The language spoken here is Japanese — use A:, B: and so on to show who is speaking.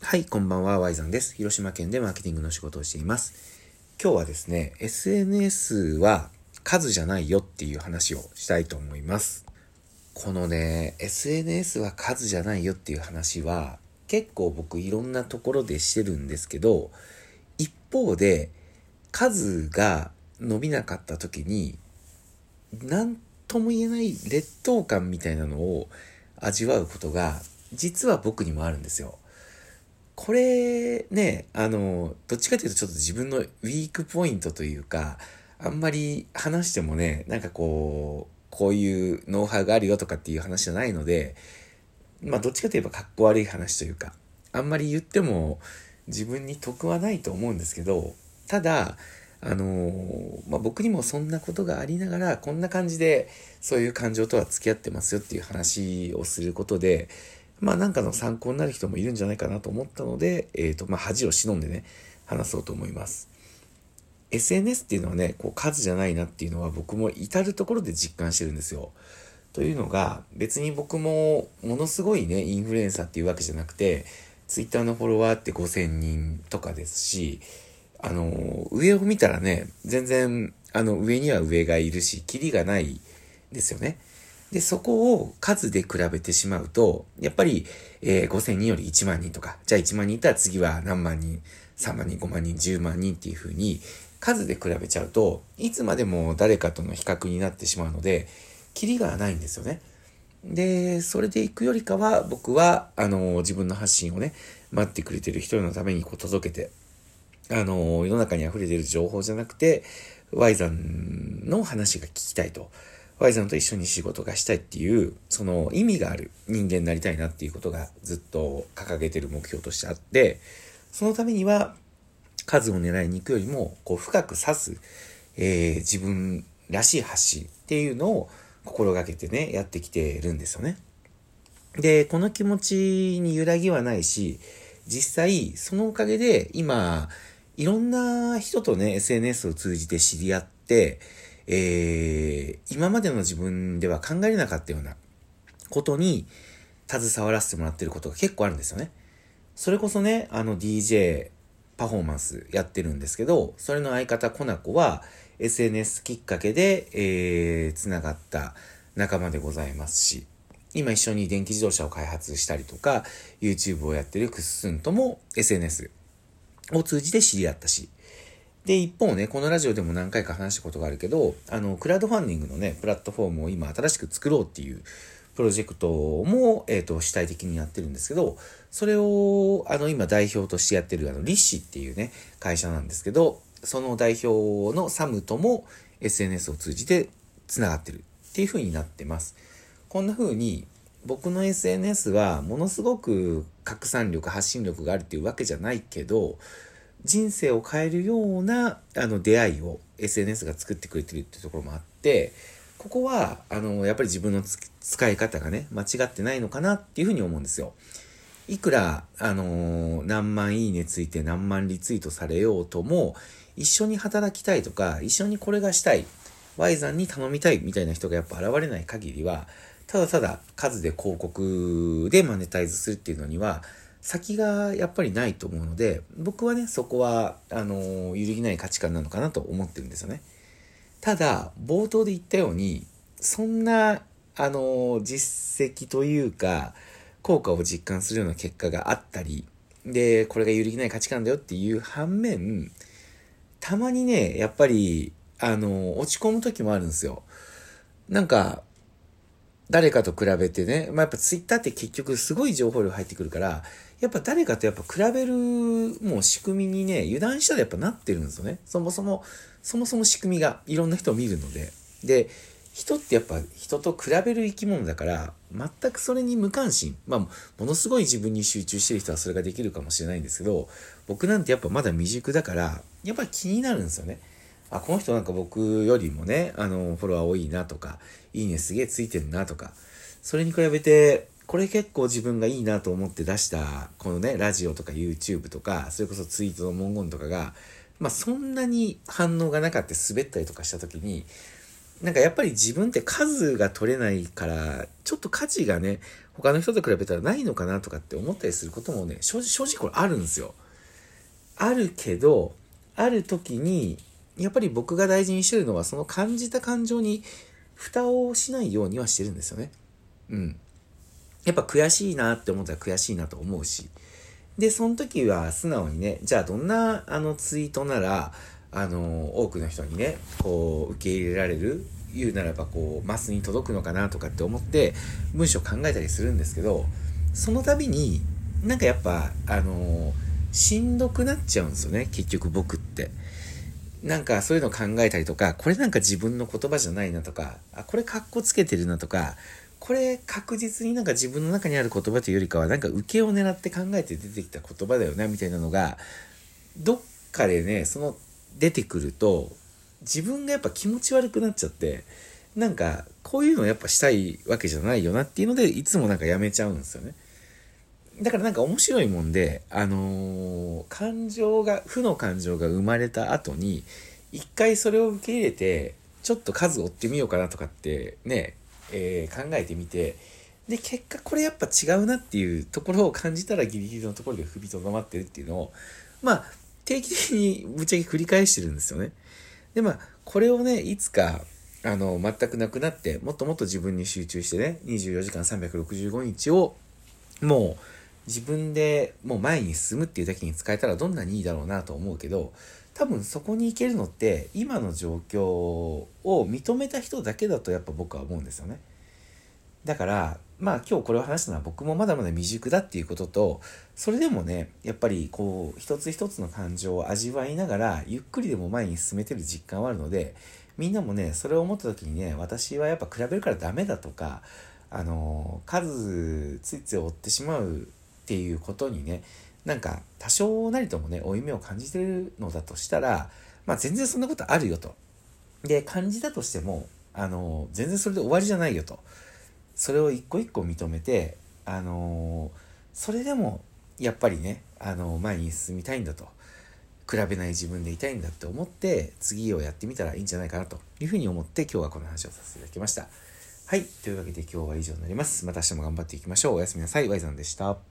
A: はい、こんばんは、Yさんです。広島県でマーケティングの仕事をしています。今日はですね、SNS は数じゃないよっていう話をしたいと思います。このね、SNS は数じゃないよっていう話は、結構僕いろんなところでしてるんですけど、一方で数が伸びなかった時に、なんとも言えない劣等感みたいなのを味わうことが、実は僕にもあるんですよ。これね、どっちかというとちょっと自分のウィークポイントというか、あんまり話してもね、こういうノウハウがあるよとかっていう話じゃないので、どっちかといえばかっこ悪い話というか、あんまり言っても自分に得はないと思うんですけど、ただ、僕にもそんなことがありながら、こんな感じでそういう感情とは付き合ってますよっていう話をすることで、なんかの参考になる人もいるんじゃないかなと思ったので、恥を忍んでね、話そうと思います。SNS っていうのはね、数じゃないなっていうのは僕も至るところで実感してるんですよ。というのが、別に僕もものすごいね、インフルエンサーっていうわけじゃなくて、Twitter のフォロワーって5000人とかですし、上を見たらね、全然、上には上がいるし、キリがないですよね。で、そこを数で比べてしまうと、やっぱり、5000人より1万人とか、じゃあ1万人いたら次は何万人、3万人、5万人、10万人っていう風に、数で比べちゃうと、いつまでも誰かとの比較になってしまうので、キリがないんですよね。で、それで行くよりかは、僕は、自分の発信をね、待ってくれてる人のために届けて、世の中に溢れている情報じゃなくて、Y さんの話が聞きたいと。Y さんと一緒に仕事がしたいっていう、その意味がある人間になりたいなっていうことがずっと掲げてる目標としてあって、そのためには数を狙いに行くよりも、深く刺す、自分らしい発信っていうのを心がけてね、やってきてるんですよね。で、この気持ちに揺らぎはないし、実際、そのおかげで今、いろんな人とね、SNS を通じて知り合って、今までの自分では考えれなかったようなことに携わらせてもらってることが結構あるんですよね。それこそね、DJ パフォーマンスやってるんですけど、それの相方コナコは SNS きっかけで、つながった仲間でございますし、今一緒に電気自動車を開発したりとか、YouTube をやってるクッスンとも SNS を通じて知り合ったし、で、一方ね、このラジオでも何回か話したことがあるけど、クラウドファンディングのね、プラットフォームを今新しく作ろうっていうプロジェクトも、主体的にやってるんですけど、それを、今代表としてやってる、リッシっていうね、会社なんですけど、その代表のサムとも SNS を通じて繋がってるっていう風になってます。こんな風に、僕の SNS はものすごく拡散力、発信力があるっていうわけじゃないけど、人生を変えるような出会いを SNS が作ってくれてるっていうところもあって、ここはやっぱり自分の使い方がね間違ってないのかなっていうふうに思うんですよ。いくら何万いいねついて何万リツイートされようとも、一緒に働きたいとか一緒にこれがしたい、 Y さんに頼みたいみたいな人がやっぱ現れない限りは、ただただ数で広告でマネタイズするっていうのには先がやっぱりないと思うので、僕はね、そこは、揺るぎない価値観なのかなと思ってるんですよね。ただ、冒頭で言ったように、そんな、実績というか、効果を実感するような結果があったり、で、これが揺るぎない価値観だよっていう反面、たまにね、やっぱり、落ち込む時もあるんですよ。なんか、誰かと比べてね、やっぱツイッターって結局すごい情報量入ってくるから、やっぱ誰かとやっぱ比べるもう仕組みにね、油断したらやっぱなってるんですよね。そもそも仕組みがいろんな人を見るので。で、人ってやっぱ人と比べる生き物だから、全くそれに無関心。ものすごい自分に集中してる人はそれができるかもしれないんですけど、僕なんてやっぱまだ未熟だから、やっぱ気になるんですよね。この人なんか僕よりもね、フォロワー多いなとか、いいねすげえついてんなとか、それに比べて、これ結構自分がいいなと思って出した、このね、ラジオとか YouTube とか、それこそツイートの文言とかが、そんなに反応がなかった滑ったりとかした時に、 なんかやっぱり自分って数が取れないから、ちょっと価値がね、他の人と比べたらないのかなとかって思ったりすることもね、正直これあるんですよ。あるけど、ある時に、やっぱり僕が大事にしてるのは、その感じた感情に蓋をしないようにはしてるんですよね。うん。やっぱ悔しいなって思ったら悔しいなと思うし。で、その時は素直にね、じゃあどんなツイートなら、多くの人にね、こう、受け入れられる、言うならばこう、マスに届くのかなとかって思って、文章を考えたりするんですけど、その度に、なんかやっぱ、しんどくなっちゃうんですよね、結局僕って。なんかそういうのを考えたりとか、これなんか自分の言葉じゃないなとか、これカッコつけてるなとか、これ確実になんか自分の中にある言葉というよりかは、なんか受けを狙って考えて出てきた言葉だよな、みたいなのが、どっかでね、出てくると、自分がやっぱ気持ち悪くなっちゃって、なんか、こういうのやっぱしたいわけじゃないよなっていうので、いつもなんかやめちゃうんですよね。だからなんか面白いもんで、負の感情が生まれた後に、一回それを受け入れて、ちょっと数を追ってみようかなとかってね、考えてみて、で、結果これやっぱ違うなっていうところを感じたらギリギリのところで踏みとどまってるっていうのを、まあ、定期的にぶっちゃけ繰り返してるんですよね。で、まあ、これをね、いつか、全くなくなって、もっともっと自分に集中してね、24時間365日を、もう、自分でもう前に進むっていうだけに使えたらどんなにいいだろうなと思うけど、多分そこに行けるのって今の状況を認めた人だけだとやっぱ僕は思うんですよね。だからまあ今日これを話したのは僕もまだまだ未熟だっていうことと、それでもねやっぱりこう一つ一つの感情を味わいながらゆっくりでも前に進めてる実感はあるので、みんなもねそれを思った時にね、私はやっぱ比べるからダメだとか、数ついつい追ってしまうっていうことにね、なんか多少なりともね負い目を感じてるのだとしたら、まあ全然そんなことあるよと。で感じたとしても全然それで終わりじゃないよと。それを一個一個認めてそれでもやっぱりね前に進みたいんだと。比べない自分でいたいんだって思って次をやってみたらいいんじゃないかなというふうに思って今日はこの話をさせていただきました。はい。というわけで今日は以上になります。また明日も頑張っていきましょう。おやすみなさい。ワイザンでした。